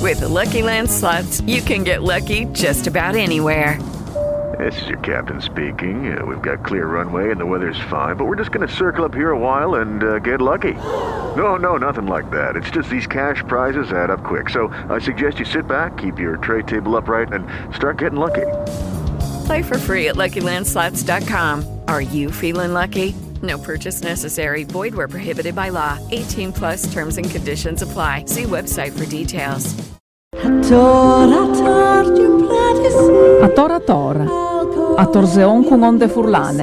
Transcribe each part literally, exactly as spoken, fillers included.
With Lucky Land Slots, you can get lucky just about anywhere. This is your captain speaking. Uh, we've got clear runway and the weather's fine, but we're just going to circle up here a while and uh, get lucky. No, no, nothing like that. It's just these cash prizes add up quick. So I suggest you sit back, keep your tray table upright, and start getting lucky. Play for free at Lucky Land Slots dot com. Are you feeling lucky? No purchase necessary. Void where prohibited by law. eighteen plus terms and conditions apply. See website for details. A tora tora, a torzeon con onde furlane.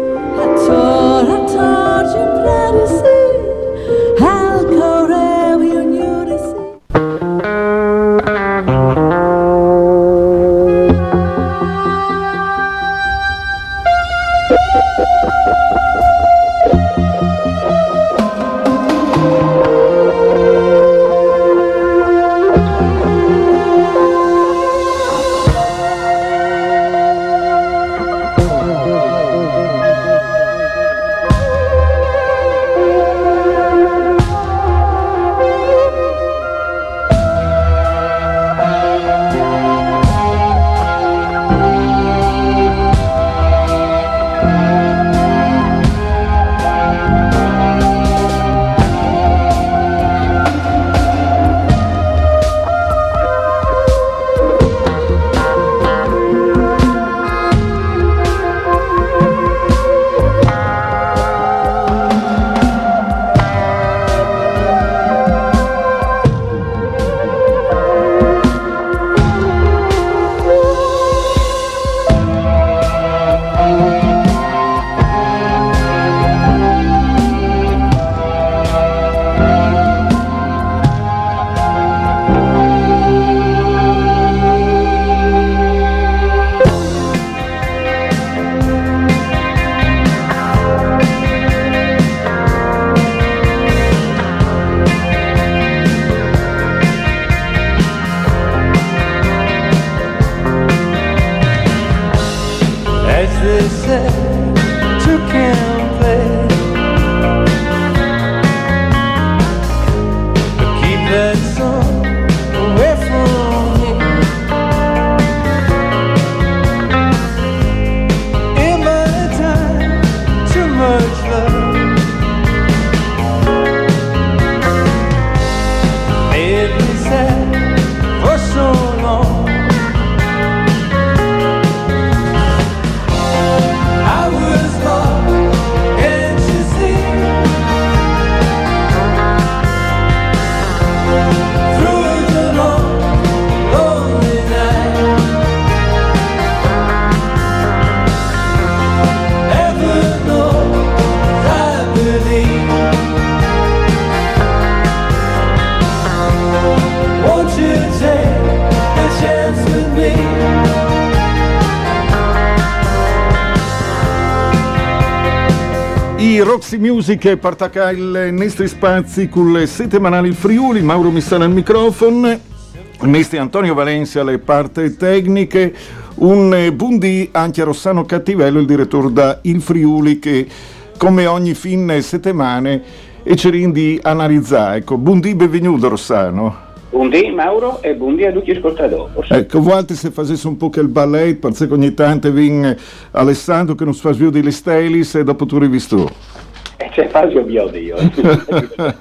Roxy Music partacca il nostri spazi con le settimanali il Friuli, Mauro Missana al microfono, Nesti Antonio Valencia alle parti tecniche, un buondì anche a Rossano Cattivello, il direttore da Il Friuli, che come ogni fine settimane e cerin di analizzare. Ecco, buondì, benvenuto Rossano. Buondì Mauro e buondì a tutti gli ascoltatori. Ecco, vuoi se facesse un po' che il ballet, perché ogni tanto viene Alessandro che non si fa più delle stelis e dopo tu rivisto. E c'è Fazio Biodi io. Conte,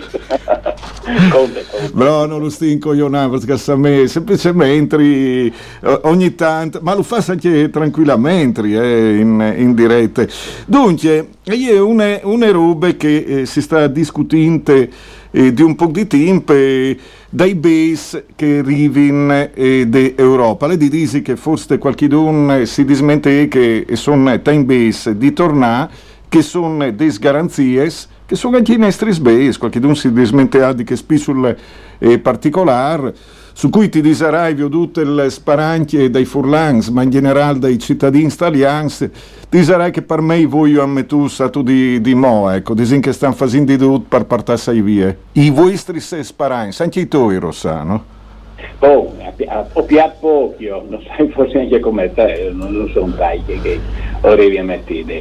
conte. Però non lo sto incoglionando perché a me semplicemente ogni tanto, ma lo fa anche tranquillamente eh, in, in diretta. Dunque, io una, una roba che eh, si sta discutendo eh, di un po' di tempo eh, dai base che arrivano eh, d'Europa. Le dici che forse qualcuno si dismente che sono time base di tornare, che sono delle garanzie, che sono anche i nostri base, qualcuno si dismente di che spisul eh, particolare, su cui ti disarai tutte le sparanche dai furlans, ma in generale dai cittadini italiani, ti disarai che per me voglio ammettere stato di, di mo, ecco, disin che stanno facendo di tutto per partarsi via. I vostri sei sparanchi, anche i tuoi, Rossano? Oh, o più a poco, non sai forse anche come te, non, non sono dai che, che arrivi a mettere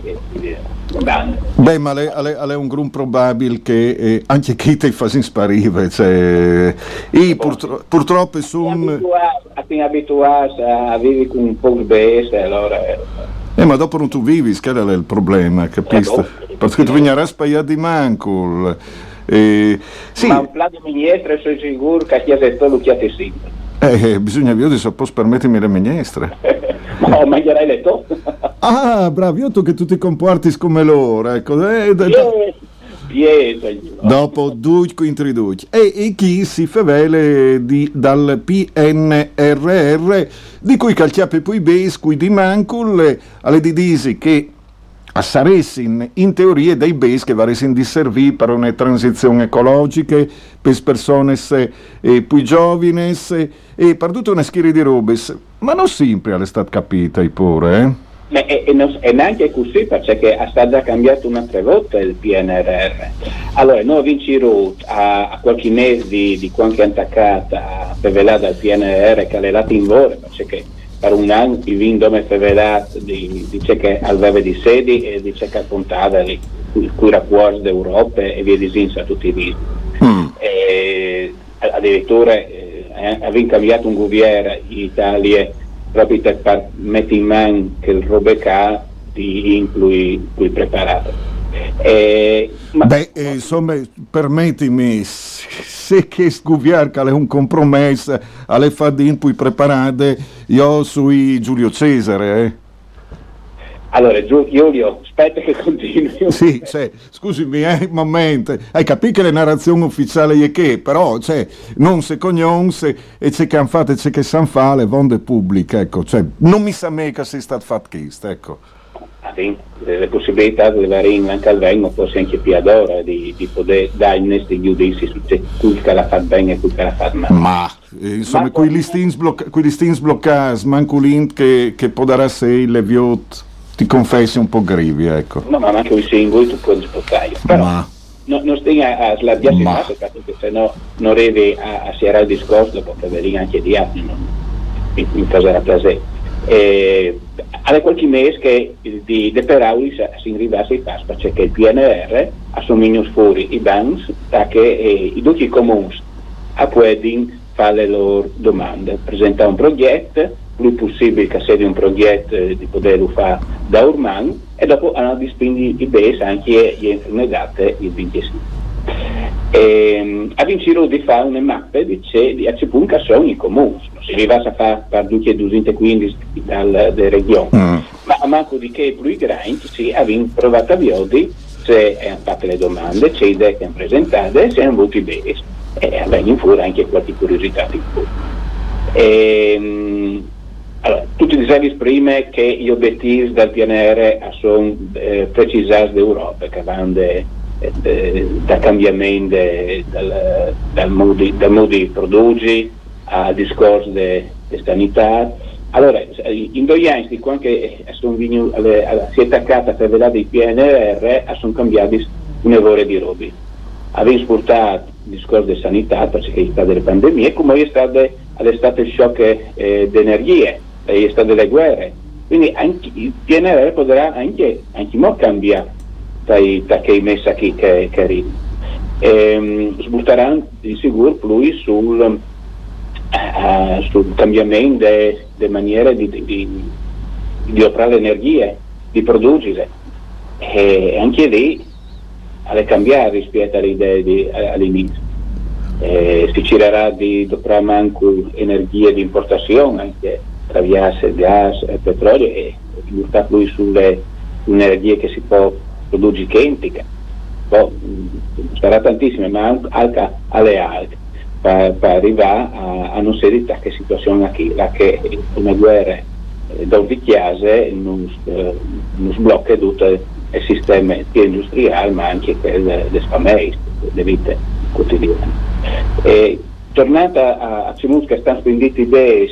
beh, ma è un grum probabile che eh, anche chi ti fa sparire, cioè io purtro- purtroppo sono abituato a vivere con un po' di base, allora eh, ma dopo non tu vivi, che è il problema, capisci? Perché tu vieni a raspaiare di mancul. Eh, sì. Ma un plato di minestre sono sicuro che ti ha detto lo chiate sempre. Eh, bisogna vedere se posso permettermi le minestre. Ma mangerai le toppe. Ah, bravo, io tu che tu ti comporti come loro, ecco. Eh, da, da. Pietro. Dopo due contro due. E, e chi si favele di, dal P N R R, di cui calciape poi bescui di mancul, alle didisi che sarebbero in teoria dei base che varessero di servire per una transizione ecologica, per persone eh, più giovani e per tutta una schiera di robe, ma non sempre è stata capita pure, eh? E, e, e, non, e neanche così, perché è stato cambiato un'altra volta il P N R R. Allora, noi vinciremo a, a qualche mese di, di qualche attaccata per velare dal P N R R che è lato in vore, perché per un anno il vindome fevelato dice che aveva di sedi e dice che puntava lì cui rapporti d'Europa e via di Zinsa tutti i visi. Mm. E, addirittura eh, aveva cambiato un governo in Italia proprio per mettere in mano che il robeca di inclui cui preparato. Eh, ma Beh, eh, insomma, permettimi, se che sguviar che è un compromesso alle fadin poi preparate io sui Giulio Cesare, eh? Allora, Giulio, aspetta che continui. Sì, cioè, scusami, eh, un momento, hai capito che le narrazioni ufficiali è che, però, cioè, non se cognonse e c'è che hanno fatto e c'è che sanno fare le vonde pubbliche, ecco, cioè, non mi sa me che sia stato fatto questo, ecco. Le possibilità di arrivare anche al vengo, forse anche più ad ora, di, di poter dare innesti giudizi su cui che l'ha fatto bene e cui che l'ha fatto male. Ma, eh, insomma, ma quei listini blocca, bloccati, manculint che, che può dare a sé le viot, ti confessi un po' grivi, ecco. No, ma anche i singoli tu puoi sbloccare. Però ma. No, non stai a, a slabbiarsi ma. Massa, perché se no non arrivi a, a serrare il discorso, perché venire anche di altri, non, in, in caso era presente. Eh, alle qualche mese che di, di per auli si arrivasse ai passi perché il P N R R assomiglia fuori i banks perché eh, i tutti i comuni a può fare le loro domande, presentare un progetto, più possibile che sia un progetto eh, di poterlo fare da ormai e dopo hanno di spingere i base anche le date il ventisei. E, a vincere di fare una mappa dice di a che punto sono i comuni, non si arriva a fare per duecentoquindici dalla regione, mm. ma a manco di che più grandi si hanno provato a vedere se hanno fatto le domande, c'è idee che hanno presentato e se hanno avuto i base e avevano in fuori anche qualche curiosità di più. E, allora, tutti dicevi prima che gli obiettivi del P N R R sono eh, precisati d'Europa, che vanno de, de, da cambiamento de, dal, dal modo di produrre al discorso di sanità. Allora, in due anni di quando sono venuti, si è attaccata per vedere dei P N R R, sono cambiati un'evore di robi. Abbiamo sportato il discorso di sanità perché è stata delle pandemie, come è stato, è stato il shock eh, di energie, è stato delle guerre. Quindi anche il P N R R potrà anche, anche mo cambiare dai che è messa qui che, che arriva. E, sbutteranno di sicuro più sul, uh, sul cambiamento delle maniere di, di, di, di operare l'energia, di produrre. E anche lì alle cambiare rispetto alle idee di, all'inizio. Eh, si girerà di operare anche energia di importazione, anche attraverso gas e petrolio, e buttare più sulle energie che si può produrre chimica. Boh, sarà tantissime, ma anche alle altre per, per arrivare a, a non serie di situazioni qui, là che una guerra eh, dove chiase non, eh, non sblocca tutto il sistema industriale, ma anche quello delle famiglie, delle vite quotidiane. E, tornata a, a Cimus che stanno spendendo i base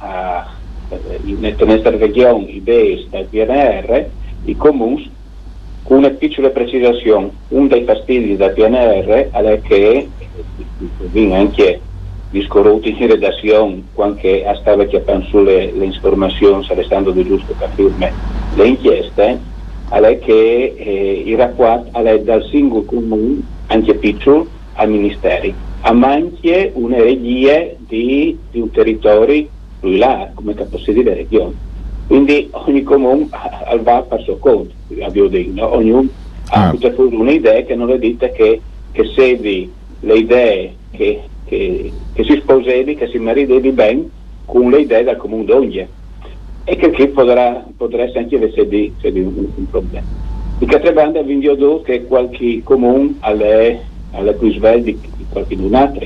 nella nostra regione, i base del P N R R, i comuni, con una piccola precisazione, uno dei fastidi del P N R R è che viene anche discorruti in redazione quando stava chiappando sulle le informazioni, restando di giusto che firme le inchieste, è che eh, il rapporto è dal singolo comune, anche piccolo, al ministeri, a manche una regia di, di un territorio più là, come posso dire regione. Quindi ogni comune va per suo conto, abbiamo detto, no? Ognuno ah. ha tutta un'idea che non le dite che, che segui le idee che, che, che si sposevi, che si maridevi bene con le idee del comune d'ogni. E che qui potrà, potrà essere anche essere un, un problema. Di altre bande abbiamo che qualche comune alle, alle più sveglie di, di qualche d'un altro,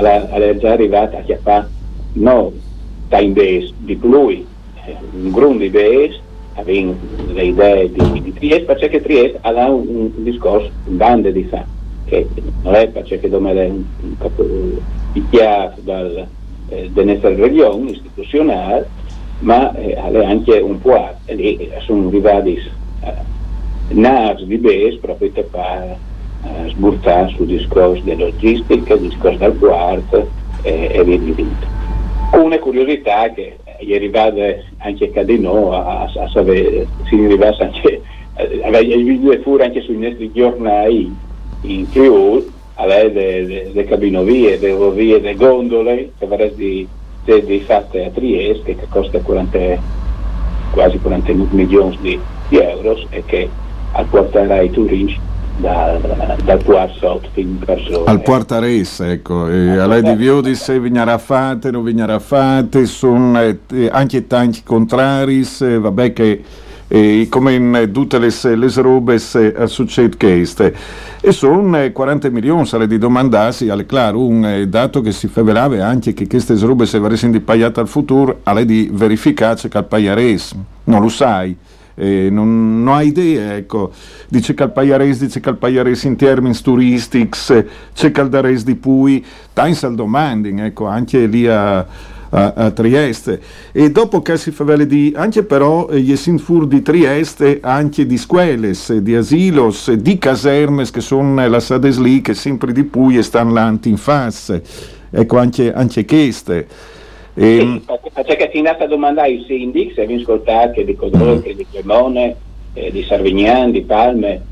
è già arrivata a chiappare no, time base di lui, un grande base, avendo le idee di, di Trieste, perché Trieste ha un, un discorso, un bande di fa, che non è perché dove è un, un capo picchiato dal, eh, della nostra regione istituzionale, ma eh, è anche un po' e lì sono arrivati eh, nasi di base proprio per eh, sburtare sul discorso della logistica, il discorso del quarto eh, e via di via. Con una curiosità che è arrivata anche a Cadino a, a, a sapere, si arrivasse anche aveva due fuori anche sui nostri giornali in Friuli, aveva le cabinovie, le rovie, le gondole che vorresti di fatte a Trieste che costa quaranta, quasi quaranta milioni di, di euro e che al porterà i turisti dal, dal Quarzo fin verso al Quartares, ecco, e a lei di Viodi se vignerà fatte, non vignerà fatte, sono eh, anche tanti contrari, eh, vabbè che e come in tutte le, le robe succede questo e sono quaranta milioni sale di domandarsi alle claro un eh, dato che si fa velave anche che queste robe se verrebbero di pagate al futuro alle di verificarci che al paiares non lo sai eh, non, non hai idea ecco dice che al paiares dice che al paiares in termini turistici c'è che al dares di pui tants al domanding ecco anche lì a A, a Trieste e dopo che si fa di anche però gli sinfur di Trieste anche di scuoles, di asilos, di casermes che sono la sades lì che sempre di più e stanno l'anti in face ecco anche, anche queste e, sì, perché si è andata a domandare ai sindici se vi ascoltate di Codrone, mm. di Cremone eh, di Sarvignan, di Palme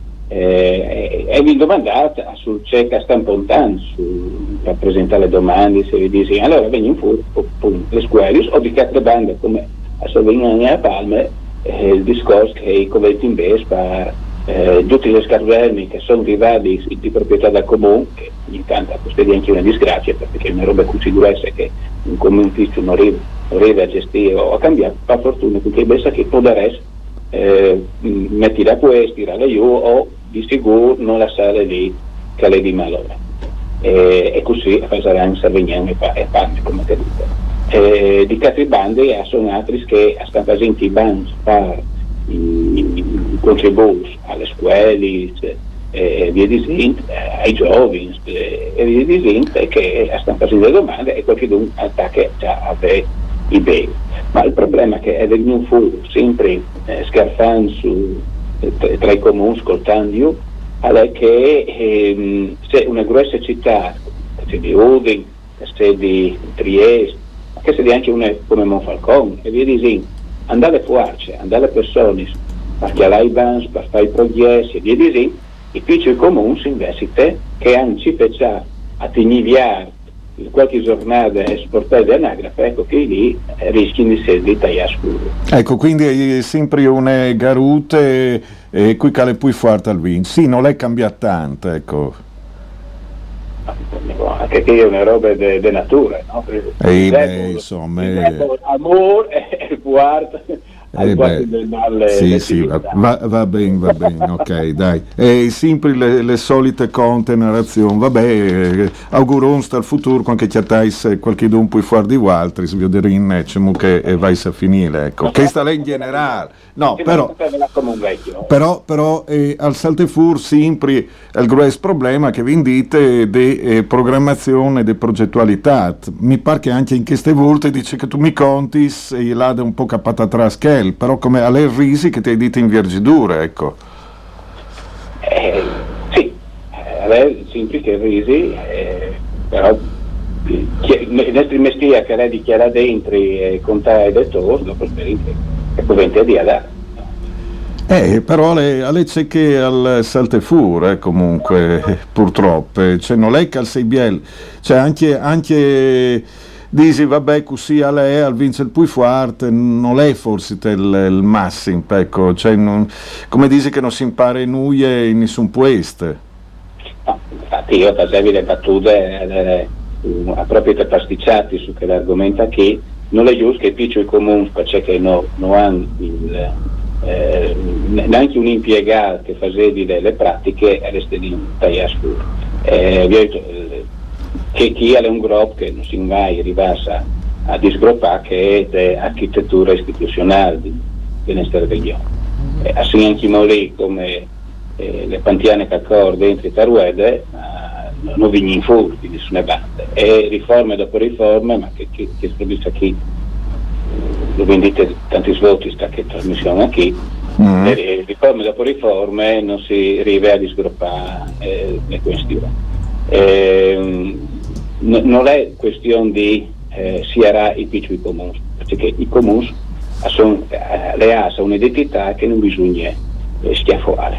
eh, e vi domandate sul cerca stampontano su rappresentare le domande se vi dici allora vengono fuori le scuole o di che altre bande come a Sarvignan e a Palme eh, il discorso che i covetti in Vespa eh, tutti gli scarvermi che sono arrivati di proprietà del comune che ogni tanto questa è anche una disgrazia perché è una roba che si dovesse che un comune ufficio non arriva a gestire o a cambiare per fortuna perché pensa che può dare Eh, metti da questi, tirare giù o di sicuro non lasciare lì che le di malore e, e così faranno Sarvignan e, e Palme come te dico e, di altri bandi sono altri che stanno facendo i bandi per i, i, i contributi alle scuole e, e via di zinc, ai giovani e, e via di zinc che stanno facendo le domande e qualcuno attacca già a te i beni. Ma il problema è che è venuto fuori sempre eh, scarfando su, eh, tra i comuni, ascoltando è che ehm, se una grossa città, che sia di Udine, che sia di Trieste, che sia di anche una come Monfalcone e via di zinc, andare fuori, andare persone per chialare i bans, per fare i progetti e via di zinc, i piccoli comuni si investite che hanno ci pensato a tenigliare qualche giornata esportare dell'anagrafe, ecco che lì rischiano di essere di tagliare scuro. Ecco, quindi è sempre una garute e, e qui cale più forte al vin. Sì, non è cambiato tanto, ecco. Anche che è una roba di natura, no? E beh, insomma... L'amore è il quarto... Eh beh, dalle, sì, sì, va, va, va bene, va bene, ok, dai. E sempre le, le solite conte narrazioni, vabbè, eh, auguro sta al futuro, quando chiatais qualche d'un poi fuori di altri, si vede in che e vai a finire, ecco. Che sta lei in generale, no, però, però, però eh, al Saltefur sempre il grosso problema che vi dite di eh, programmazione, di progettualità. Mi pare che anche in queste volte dice che tu mi conti e là da un po' cappata atrás che però come a lei Risi che ti hai detto in vergidure, ecco. Eh, sì, a lei sempre che Risi, eh, però il nostro mestiere che è dichiarare dentro e contare le torre, dopo speri che poi di dare. Eh, però le, alle cieche al Saltefur, eh, comunque, eh, purtroppo, cioè non è che al Seibiel, cioè anche, anche dici, vabbè, così a lei, al vincere poi forte, non è forse il, il massimo, ecco, cioè non, come dici che non si impara in nuie in nessun puesto. No, infatti io facevo le battute eh, proprio te pasticciati su quell'argomento che non è giusto che i piccoli comuni, perché non no hanno il... Eh, neanche un impiegato che facevi le, le pratiche resta di tagliare scuro eh, detto, eh, che chi è un gruppo che non si mai ribassa a disgroppare che è l'architettura istituzionale di, di questa regione eh, assegna anche lì come eh, le pantiane che accordo dentro i Taruede eh, non vigni in fuori di nessuna bande e riforme dopo riforme ma che, che, che produce chi lo vendite tanti svoti sta che trasmissione qui mm. e riforme dopo riforme non si arriva a disgroppare eh, le questioni eh, n- non è questione di eh, sia i piccoli comuni perché i comuni sono le ha un'identità che non bisogna eh, schiaffare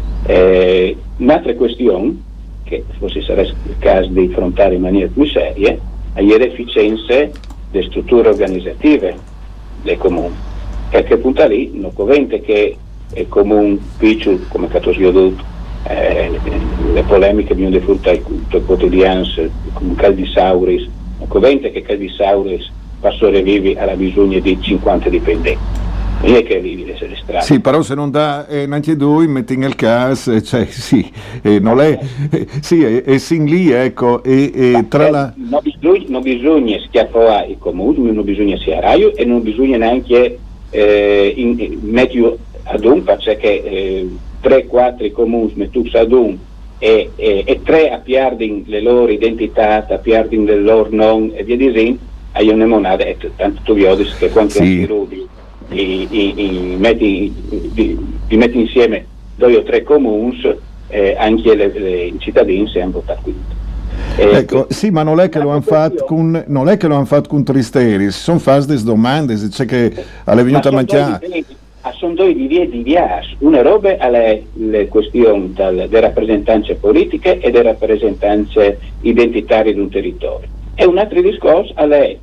eh, un'altra questione che forse sarebbe il caso di affrontare in maniera più seria è le efficienze delle strutture organizzative dei comuni, perché appunto lì non convente che il comune piccolo come Catosio Dut eh, le polemiche di un frutta ai quotidiani come Caldisauris non convente che Caldisauris passò revivi alla bisogna di cinquanta dipendenti non è che vivi le strade sì però se non dà eh, neanche due metti nel caso cioè sì eh, non è eh, sì è, è sin lì ecco e, e tra eh, la non bisogna, non bisogna schiaffare i comuni non bisogna sia raio e non bisogna neanche eh, in, in meglio ad un perché eh, tre quattro comuni mettus ad un e, e, e tre a piardin le loro identità a piardin le loro non e via di sin hai una monada e tanto tu vedi che quando sì. rudi I, i, i metti, di, di metti insieme due o tre comuni eh, anche le, le, i cittadini si hanno votato quindi eh, ecco sì ma non è che lo hanno fatto con non è che lo hanno fatto con Tristeri si sono fatte delle domande se c'è che alle venuta a mangiare sono due di vie di vias una roba alle le questioni delle rappresentanze politiche e delle rappresentanze identitarie di un territorio e un altro discorso alle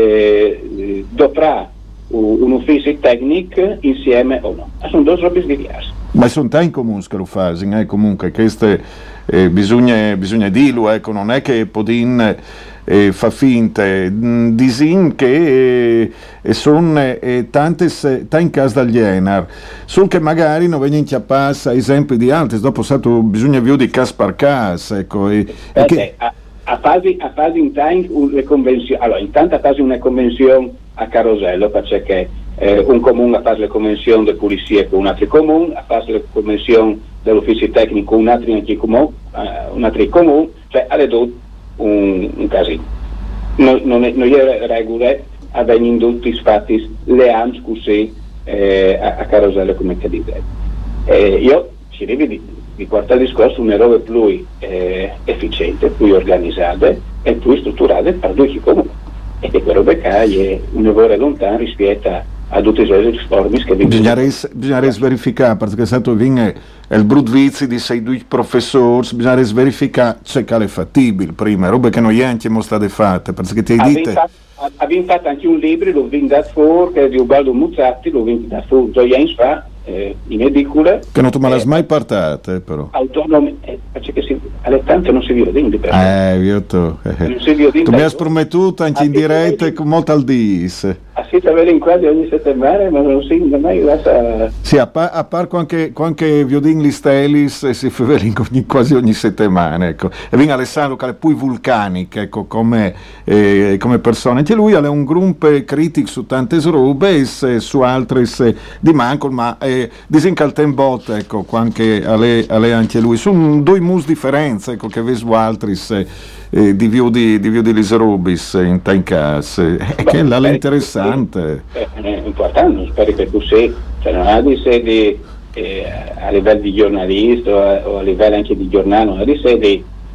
eh, dovrà un ufficio tecnico insieme o no. Sono due robe diverse. Ma sono tanti comuni che lo fanno, eh, comunque, queste, eh, bisogna, bisogna dirlo, ecco, non è che Podin eh, fa finte, disin che eh, sono eh, tante in casa dell'Ienar, solo che magari non vengono chiappati a esempi di altri, dopo stato bisogna più di cas per cas, ecco. E, e che... a, a fase a fase in time le convenzioni, allora intanto a fase una convenzione a Carosello perché eh, un comune fa le convenzioni di pulizia con un altro comune, fa le convenzioni dell'ufficio tecnico con un altro comune, uh, un altro comune, cioè alle due un, un casino. Non, non, è, non è regole avvenendo tutti fatti le A M S così eh, a, a Carosello come che dite. Eh, io ci devo di, di portare il discorso una roba più eh, efficiente, più organizzata e più strutturata per due comuni. E che quello che è un lavoro lontano rispetto a tutti i riformi che bisogna bisogna verificare perché è stato vince il brut vizio di sei due professori bisogna verificare se è fattibile prima robe che noi anche siamo state fatte perché ti hai detto abbiamo fatto anche un libro l'ho vinto da fuori che è di Ubaldo Muzzatti l'ho vinto da fuori due anni fa eh, in edicola che non tu me la eh, mai portate però autonomi eh, perché si, alle tante non si vive di eh io tu eh. tu mi hai promettuto anche in diretta con molto al dis a si in quasi ogni settimana ma non si mai lascia sì a, pa- a par qualche qualche viodin listelis si fa ogni, quasi ogni settimana ecco e viene Alessandro che è poi vulcanica ecco come eh, come persona anche lui ha un gruppo critico su tante robe e su altre di manco ma eh, disincaltembot ecco anche alle, alle anche lui sono due mus differenze ecco che vedo altri eh, di più di, di, di Liserubis in Tancas eh, che è l'interessante è, è importante spero che tu sei cioè non ha di sedi eh, a livello di giornalista o a, o a livello anche di giornale non ha di sedi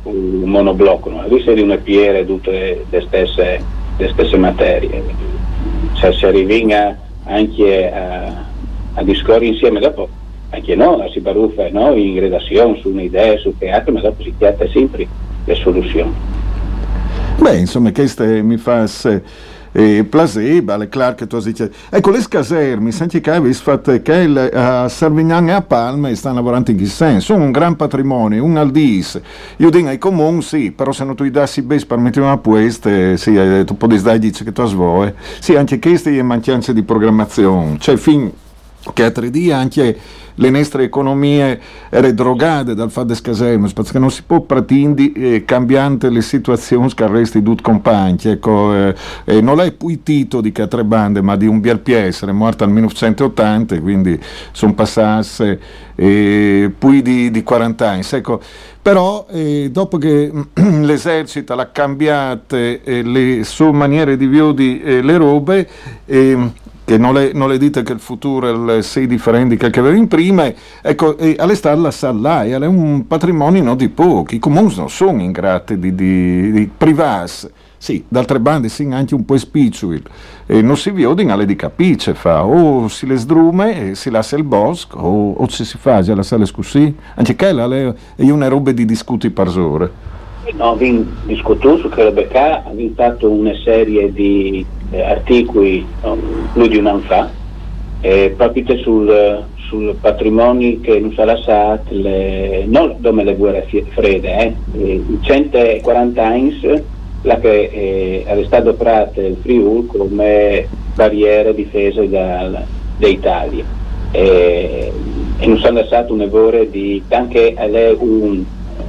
un monoblocco, no? Lui di una piere tutte le stesse, le stesse materie, se si arriva anche a, a discorrere insieme dopo, anche no, si baruffa no? in redazione su un'idea, su teatro, ma dopo si chiama sempre le soluzioni. Beh, insomma, questo mi fa eh, piacere, è chiaro che tu dici. Ecco, le caserme, senti che hai fatto che il, a Servignano e a Palma stanno lavorando in che senso? Sono un gran patrimonio, un aldis. Io dico ai comuni, sì, però se non tu gli dassi bene per mettere una puesta, sì, eh, tu puoi dire che tu svoi. Sì, anche queste è mancanza di programmazione. Cioè, fin che a tre D anche le nostre economie erano drogate dal fatto di caserme, perché non si può pretendere eh, cambiante le situazioni che resti tutti compagni. Ecco, eh, eh, non è più il titolo di tre bande, ma di un B R P S, è morto nel millenovecentottanta, quindi sono passate eh, più di, di quaranta anni. Ecco, però eh, dopo che l'esercito ha cambiato eh, le sue maniere di vedere eh, le robe, eh, che non le, non le dite che il futuro è sei differente che aveva in prima, ecco, e all'estate la Sallai è un patrimonio non di pochi, i comuni non sono ingrati di, di, di privati, sì, d'altre bande sì anche un po' spiccioli, e non si vede alle di capice, fa, o si le sdrume e si lascia il bosco, o, o ci si fa già la sala così, anche quella è una roba di discuti per ore. No, abbiamo discusso su quello perché abbiamo fatto una serie di eh, articoli no, più di un anno fa eh, proprio sul, sul patrimonio che non sarà stato non come le guerre fredde eh, i centoquaranta anni la che eh, è stato operato il Friuli come barriera difesa dall'Italia eh, e non sarà stato un errore di anche un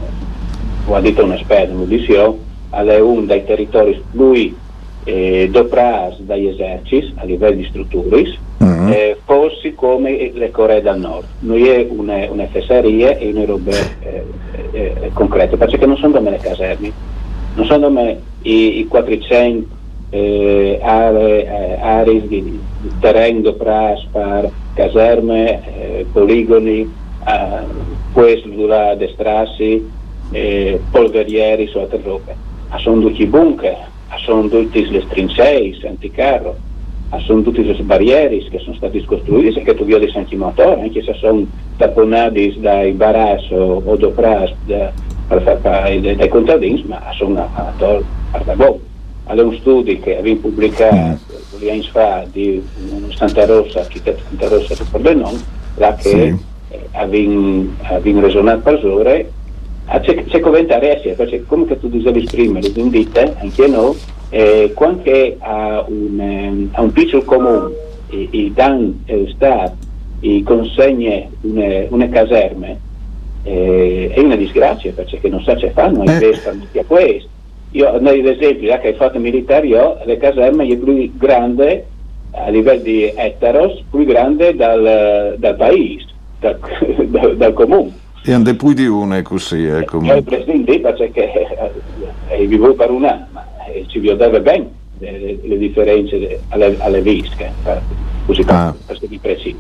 o ha detto un esperto, non dice io, è uno dei territori più eh, doprati dagli eserciti a livello di strutture, mm-hmm. eh, forse come le Coree del Nord. Noi è una, una fesseria e una roba eh, eh, concreta, perché non sono come le caserme, non sono come i, i quattrocento eh, aree, eh, aree di, di terreno doprati per caserme, eh, poligoni, eh, questo da destrarsi, Eh, polverieri su altre robe, sono tutti i bunker, sono tutti le trincei, anticarro, sono tutte le barriere che sono stati costruiti e che tu vedi anche i motori, anche se sono tapponati dai barassi o, o dopras da, dai, dai contadini, ma sono a tor a bomba. Allora un studio che abbiamo pubblicato due anni fa di Santa Rosa, architetto Santa Rosa per del nome, là che sì. eh, abbiamo ragionato per ore. C'è, c'è commentare perché come che tu dicevi prima, le vendite, anche noi, eh, quando a un, a un piccolo comune e, e danno eh, Stato e consegne une, une caserme, eh, è una disgrazia perché non sa ce fanno, investono a questo. Io, noi ad esempio, che hai fatto militare, io, le caserme è più grande a livello di ettaros, più grande dal, dal paese, dal, dal, dal comune. E ande più di una è così, è come. Il presidente perché è vivo per un anno, ma eh, ci vedeva bene le, le differenze de, alle, alle vische, così ah. per essere precisi.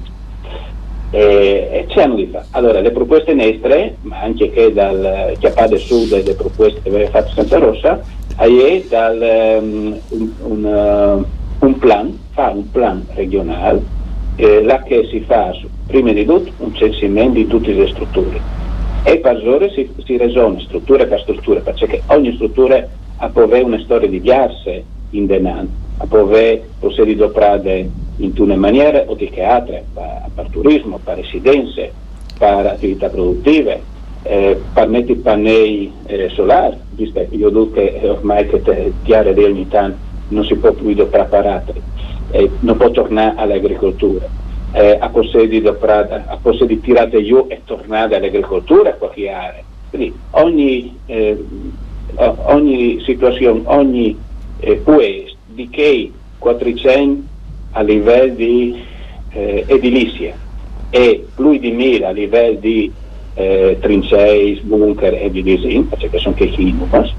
E, e c'hanno di fare. Allora, le proposte nostre, ma anche che dal Chiappade Sud e le proposte che aveva fatto Santa Rosa, è dal um, un, un, uh, un plan, fa un plan regionale, eh, là che si fa prima di tutto un censimento di tutte le strutture e per ore si, si ragiona strutture per strutture perché ogni struttura ha poi una storia diversa in denaro, ha poi possiede doprade in una maniera o di che altre per, per turismo, per residenze, per attività produttive, eh, per mettere pannelli eh, solari, visto io dico che ormai che te, chiare di ogni tanto non si può più preparare, eh, non può tornare all'agricoltura. Eh, a possedere a possedere tirate giù e tornare all'agricoltura a qualche area. Quindi ogni, eh, ogni situazione, ogni eh, puesto di che quattrocento a livello di eh, edilizia e più di mille a livello di eh, trincei, bunker e di design, perché sono che i numeri,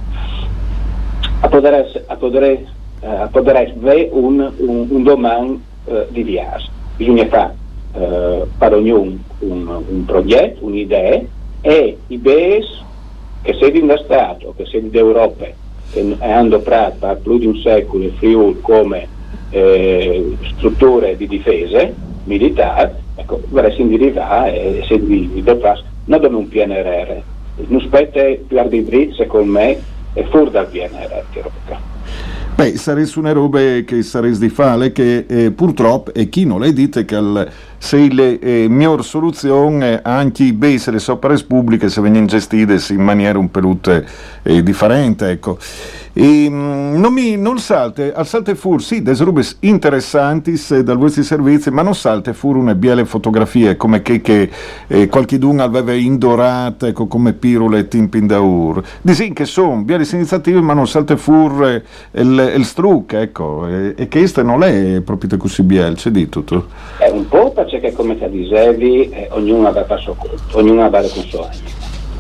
a poter a poter a poter avere un, un, un domani eh, di viaggio. Bisogna fare eh, per ognuno un, un progetto, un'idea e i B E S che se di da Stato, che se di Europa, che hanno operato per più di un secolo in Friuli come eh, strutture di difesa militare, ecco, vorrei derivare e se di, di non come un P N R R. Non spetta più di dritto, secondo me, è fuori dal P N R R. Beh, sarebbe una roba che sarebbe di fare, che eh, purtroppo, e chi non le dite che al, se le eh, miglior soluzione anche i beni le opere pubbliche se vengono gestite in maniera un pelute eh, differente, ecco. E, mh, non mi non salte, al salte fur sì, delle robe interessanti dal vostri servizi, ma non salte fur una biele fotografie come che, che eh, qualchedun aveva indorate, ecco, come pirule timpin daur. Disin che sono biele iniziative, ma non salte fur eh, il, il struc, ecco, e, e che questa non è proprio così biel, c'è di tutto. È un po' perché come ti dicevi, eh, ognuno ha il suo conto, ognuno ha le consulenze.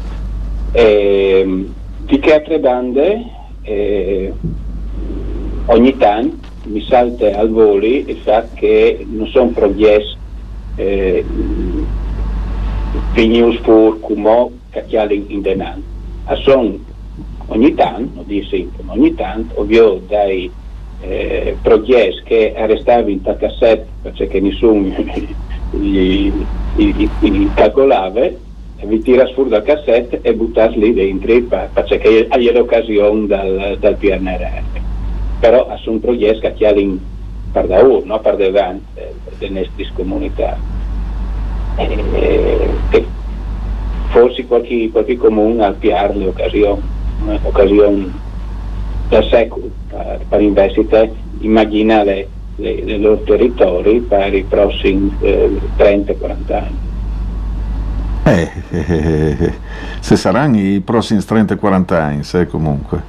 E, di che altre bande eh, ogni tanto mi salta al voli il fatto che non sono progressi eh, news for come cacchiali in denaro. Sono ogni tanto, non dico sempre, ma ogni tanto, ovvio dai eh, progressi che arrestavi in cassette perché nessuno li, li, li calcolava, vi tira fuori dal cassette e buttas lì dentro perché hai l'occasione dal, dal P N R R. Però sono progetti che hanno per da uno, no? Per davanti delle nostre comunità. E, e forse qualche, qualche comune al P R le occasioni, occasioni da secolo per, per investire, immaginare le, le loro territori per i prossimi eh, trenta quaranta anni. Eh, eh, eh, se saranno i prossimi trenta quaranta anni, se comunque.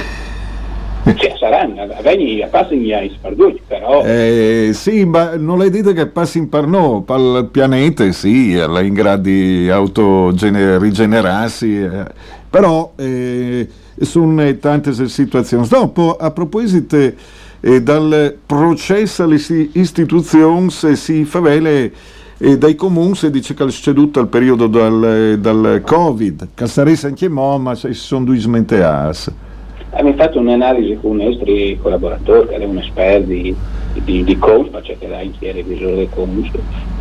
Cioè, saranno, a passi gli anni sperduti, però. Eh, sì, ma non le dite che passi in par no, per il pianeta, sì, è in grado di autorigenerarsi, eh, però eh, sono tante situazioni. Dopo, a proposito eh, dal processo alle istituzioni, si favele e dai comuni si dice che è succeduto al periodo dal, dal Covid, che sarebbe anche mo, ma si sono due smenteati. Abbiamo fatto un'analisi con i nostri collaboratori, che erano esperti di, di, di C O M S, cioè che era anche il revisore del C O M S,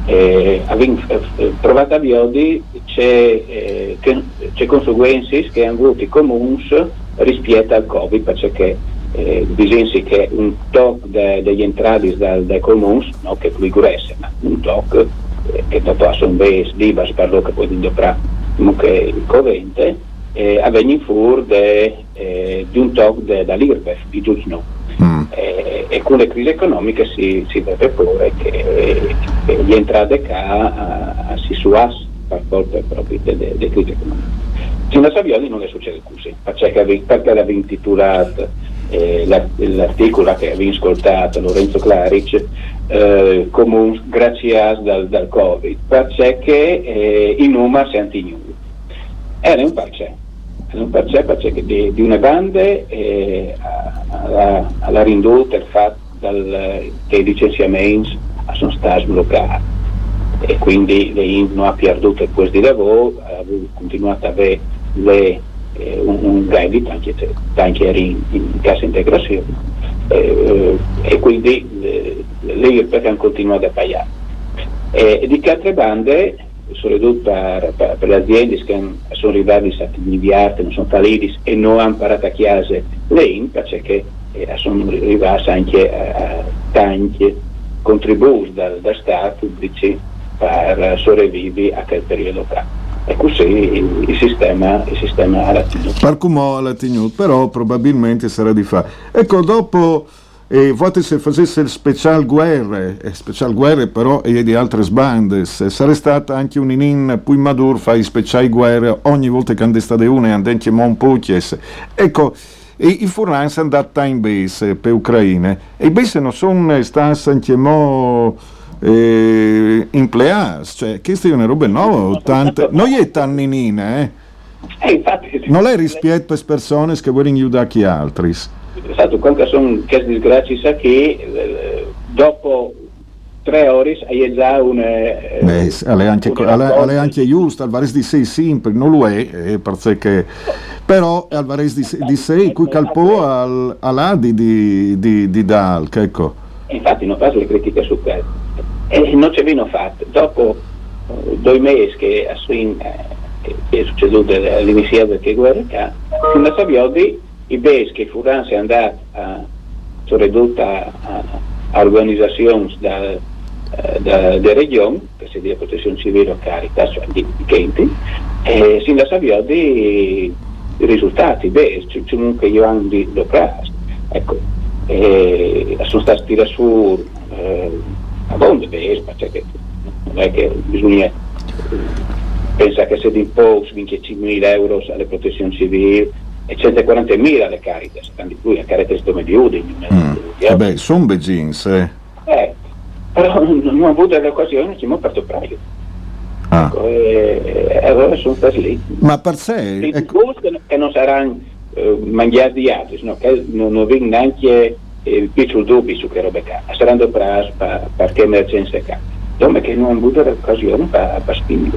e abbiamo eh, provato a vedere c'è, eh, che, c'è conseguenze che hanno avuto i comuni rispetto al Covid, perché eh, bisogna che un tocco de, degli entrati dal, dai comuni, no, che più gresse, ma un tocco che dopo sono bene liberi per lo che poi dovrà comunque il covente eh, avviene in fur de, eh, di un tocco dall'I R P E F, di giusto no. Mm. Eh, e con le crisi economiche si, si deve porre che, eh, che gli entrate qua si suas per colpa proprio delle de crisi economiche. Fino a Savioli non è successo così, perché, perché aveva intitolato eh, l'articolo che aveva ascoltato Lorenzo Claric eh, come un grazie dal, dal Covid, perché eh, i numeri si antignuli. Era un perché, era un perché, perché di, di una banda eh, alla, alla rindotta il fatto dal, che i licenziamenti sono stati bloccati e quindi l'I N P S non ha perduto il posto di lavoro, ha continuato ad avere le, eh, un, un reddito anche, anche in, in cassa integrazione eh, e quindi eh, l'I R P E F hanno continuato a pagare. E di che altre bande, soprattutto per, per, per le aziende che sono arrivate a miliardi, non sono falliti e non hanno parato a chiase le I N P S, perché eh, sono arrivati anche a tanti contributi da, da Stato pubblici per sopravvivere a quel periodo qua. E così il, il sistema il sistema ha tenuto. Per come ha tenuto, però probabilmente sarà di fare. Ecco, dopo eh, volte se facesse il special guerre, eh, special guerre però e di altre sbande, sarebbe stata anche un inin poi maduro fa i speciali guerre ogni volta che andesta de una e andenti mon pucchies. Ecco, e i furlan sono andati in base per Ucraina e i base non sono stati anche mo Eh, impleas, cioè questa è una roba nuova, tante, non è tanninina, eh? eh infatti, non è rispetto alle persone che vogliono aiutare chi altri. Esatto, quando sono che disgrazie sa che eh, dopo tre ore hai già un eh, Beh, è anche, alle, anche giusto, Alvarez di sei sempre, non lo è, eh, perché, però Alvarez di, di sei qui calpò al, all'Adi di, di, di Dalc, ecco. Infatti non faccio le critiche su questo, e non ce l'hanno fatte. Dopo uh, due mesi che, eh, che è succeduto all'inizio della guerra, fino a Saviodi, i base che furono andati a sono ridotti a, a organizzazioni da da, da regione, che si dice protezione civile o Caritas, cioè di, di Kenti, e sin da Saviodi i risultati, beh, c'è comunque io anche di Locras, ecco, e sono stati tirati su eh, a bombe, beh, perché non è che bisogna pensare che se di imposto vince cinquemila euro alle protezioni civili e centoquarantamila alle Caritas, di più a Caritas come di Udine. Mm. Vabbè, sono bei jeans, eh. eh. Però non ho avuto le occasioni, ci ho aperto praio. Ah. Ecco, e, e allora sono stati lì. Ma per sé ecco. Che non saranno eh, mangiati di altri, no? Che non, non vengono neanche il piccolo dubbi su che robe qua, saranno presi per perché emergenza qua. Dove che non ho avuto le occasioni per, per spingere.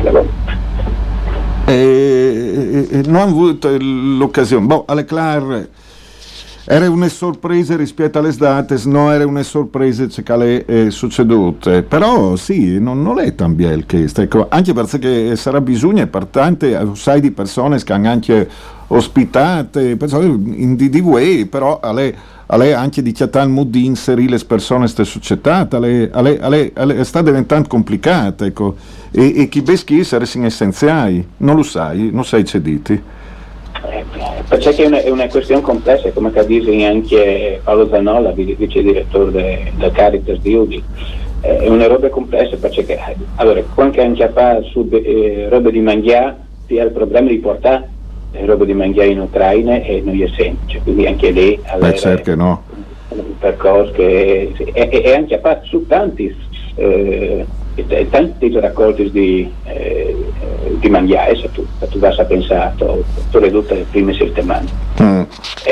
E, e, non ho avuto l'occasione. Boh, alle Clar era una sorpresa rispetto alle date, non era una sorpresa che è eh, succedute, però sì, non, non è tan bel che ecco, anche perché sarà bisogno per tante sai di persone che hanno anche ospitate in D D V, però alle, alle anche di chiatare il modo di inserire le persone in questa società, alle, alle, alle, alle, sta diventando complicata, ecco, e, e chi beschi sarebbero essenziali, non lo sai, non sai c'è diti. Perché è una, è una questione complessa, come dice anche Paolo Zanolla, vice direttore del Caritas di Udine, è una roba complessa perché allora quando anche a fare su eh, roba di mangiare sia il problema di portare eh, roba di mangiare in Ucraina e non è semplice, quindi anche lì Beh, certo no. un percorso che e, e anche a fare su tanti eh, tanti raccolti di, eh, di mangiare, se tu, se tu vai a pensare tu le tutte le prime settimane mm.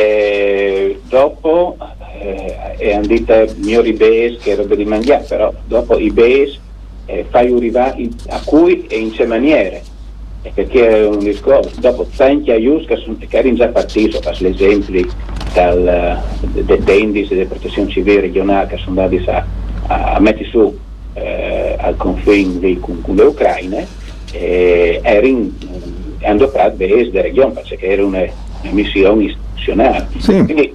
e dopo eh, è andata migliori base che roba di mangiare, però dopo i base eh, fai arrivare a cui e in che maniere, e perché è un discorso dopo tanti aiuti che sono che erano già partiti, per l'esempio dal dei tendici delle protezioni civili regionali che sono andati a, a, a mettere su Eh, al confine con, con le Ucraine eh, erano andati base della regione perché era una, una missione istituzionale sì. Quindi,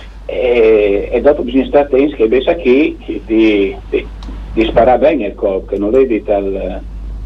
eh, e dopo bisogna stare attenti che invece qui di, di, di sparare bene il colpo, che non vedi tal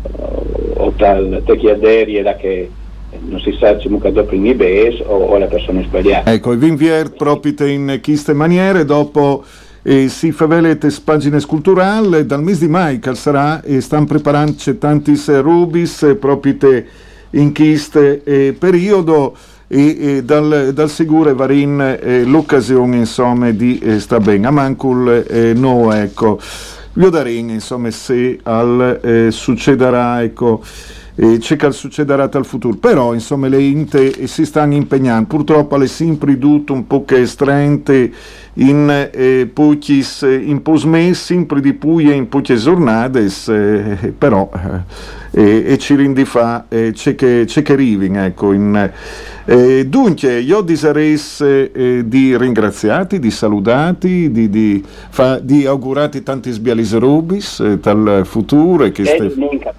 o tal tecchiaderie da che non si sa se mucca dopo in base o, o le persone sbagliate. Ecco, vi invier proprio in queste maniere dopo e si fa vedere pagine culturali dal mese di Michael sarà e stanno preparando tanti rubis proprio in questo eh, periodo e, e dal, dal sicuro varin eh, l'occasione insomma di eh, sta bene a mancul eh, no ecco io darin insomma se al eh, succederà ecco e c'è che succederà al futuro, però insomma le inte si stanno impegnando, purtroppo le sempre tutto un po' che strente in eh, pochi in posmesi, sempre di più in poche giornate, eh, però eh, e ci rindi fa eh, c'è che c'è che arrivi, ecco in, eh, dunque io diserei eh, di ringraziati, di salutati, di, di, fa, di augurati tanti sbialis rubis eh, dal futuro e che ste...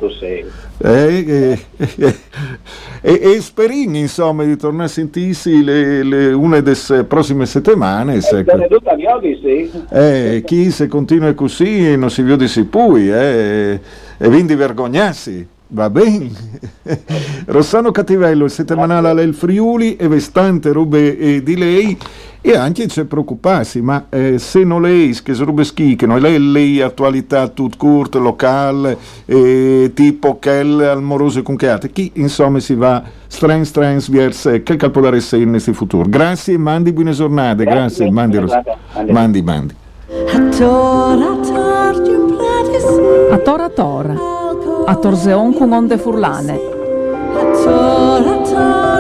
Eh, eh, eh, eh, e sperini insomma di tornare a sentirsi le, le una delle prossime settimane eh, eh, chi se continua così non si vede si pui eh, e quindi vergognarsi va bene. Rossano Cattivello il settimanale al Friuli e vestante robe eh, di lei e anche c'è preoccuparsi ma eh, se non lei che robe schi che non lei lei attualità tut court locale eh, tipo quel almorose con che altri chi insomma si va stren stren verso che calpo dare se in questo futuro grazie mandi buone giornate grazie, grazie mandi mandi mandi a tora tora a torzeon con onde furlane a tora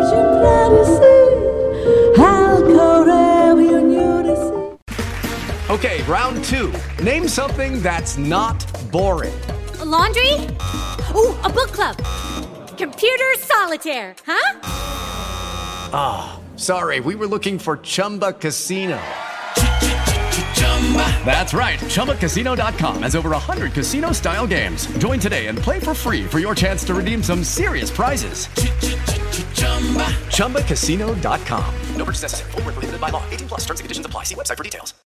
tora Okay, round two. Name something that's not boring. A laundry? Ooh, a book club. Computer solitaire, huh? Ah, oh, sorry, we were looking for Chumba Casino. That's right, Chumba Casino dot com has over one hundred casino-style games. Join today and play for free for your chance to redeem some serious prizes. Chumba Casino dot com. No purchase necessary. Void where prohibited by law. eighteen plus terms and conditions apply. See website for details.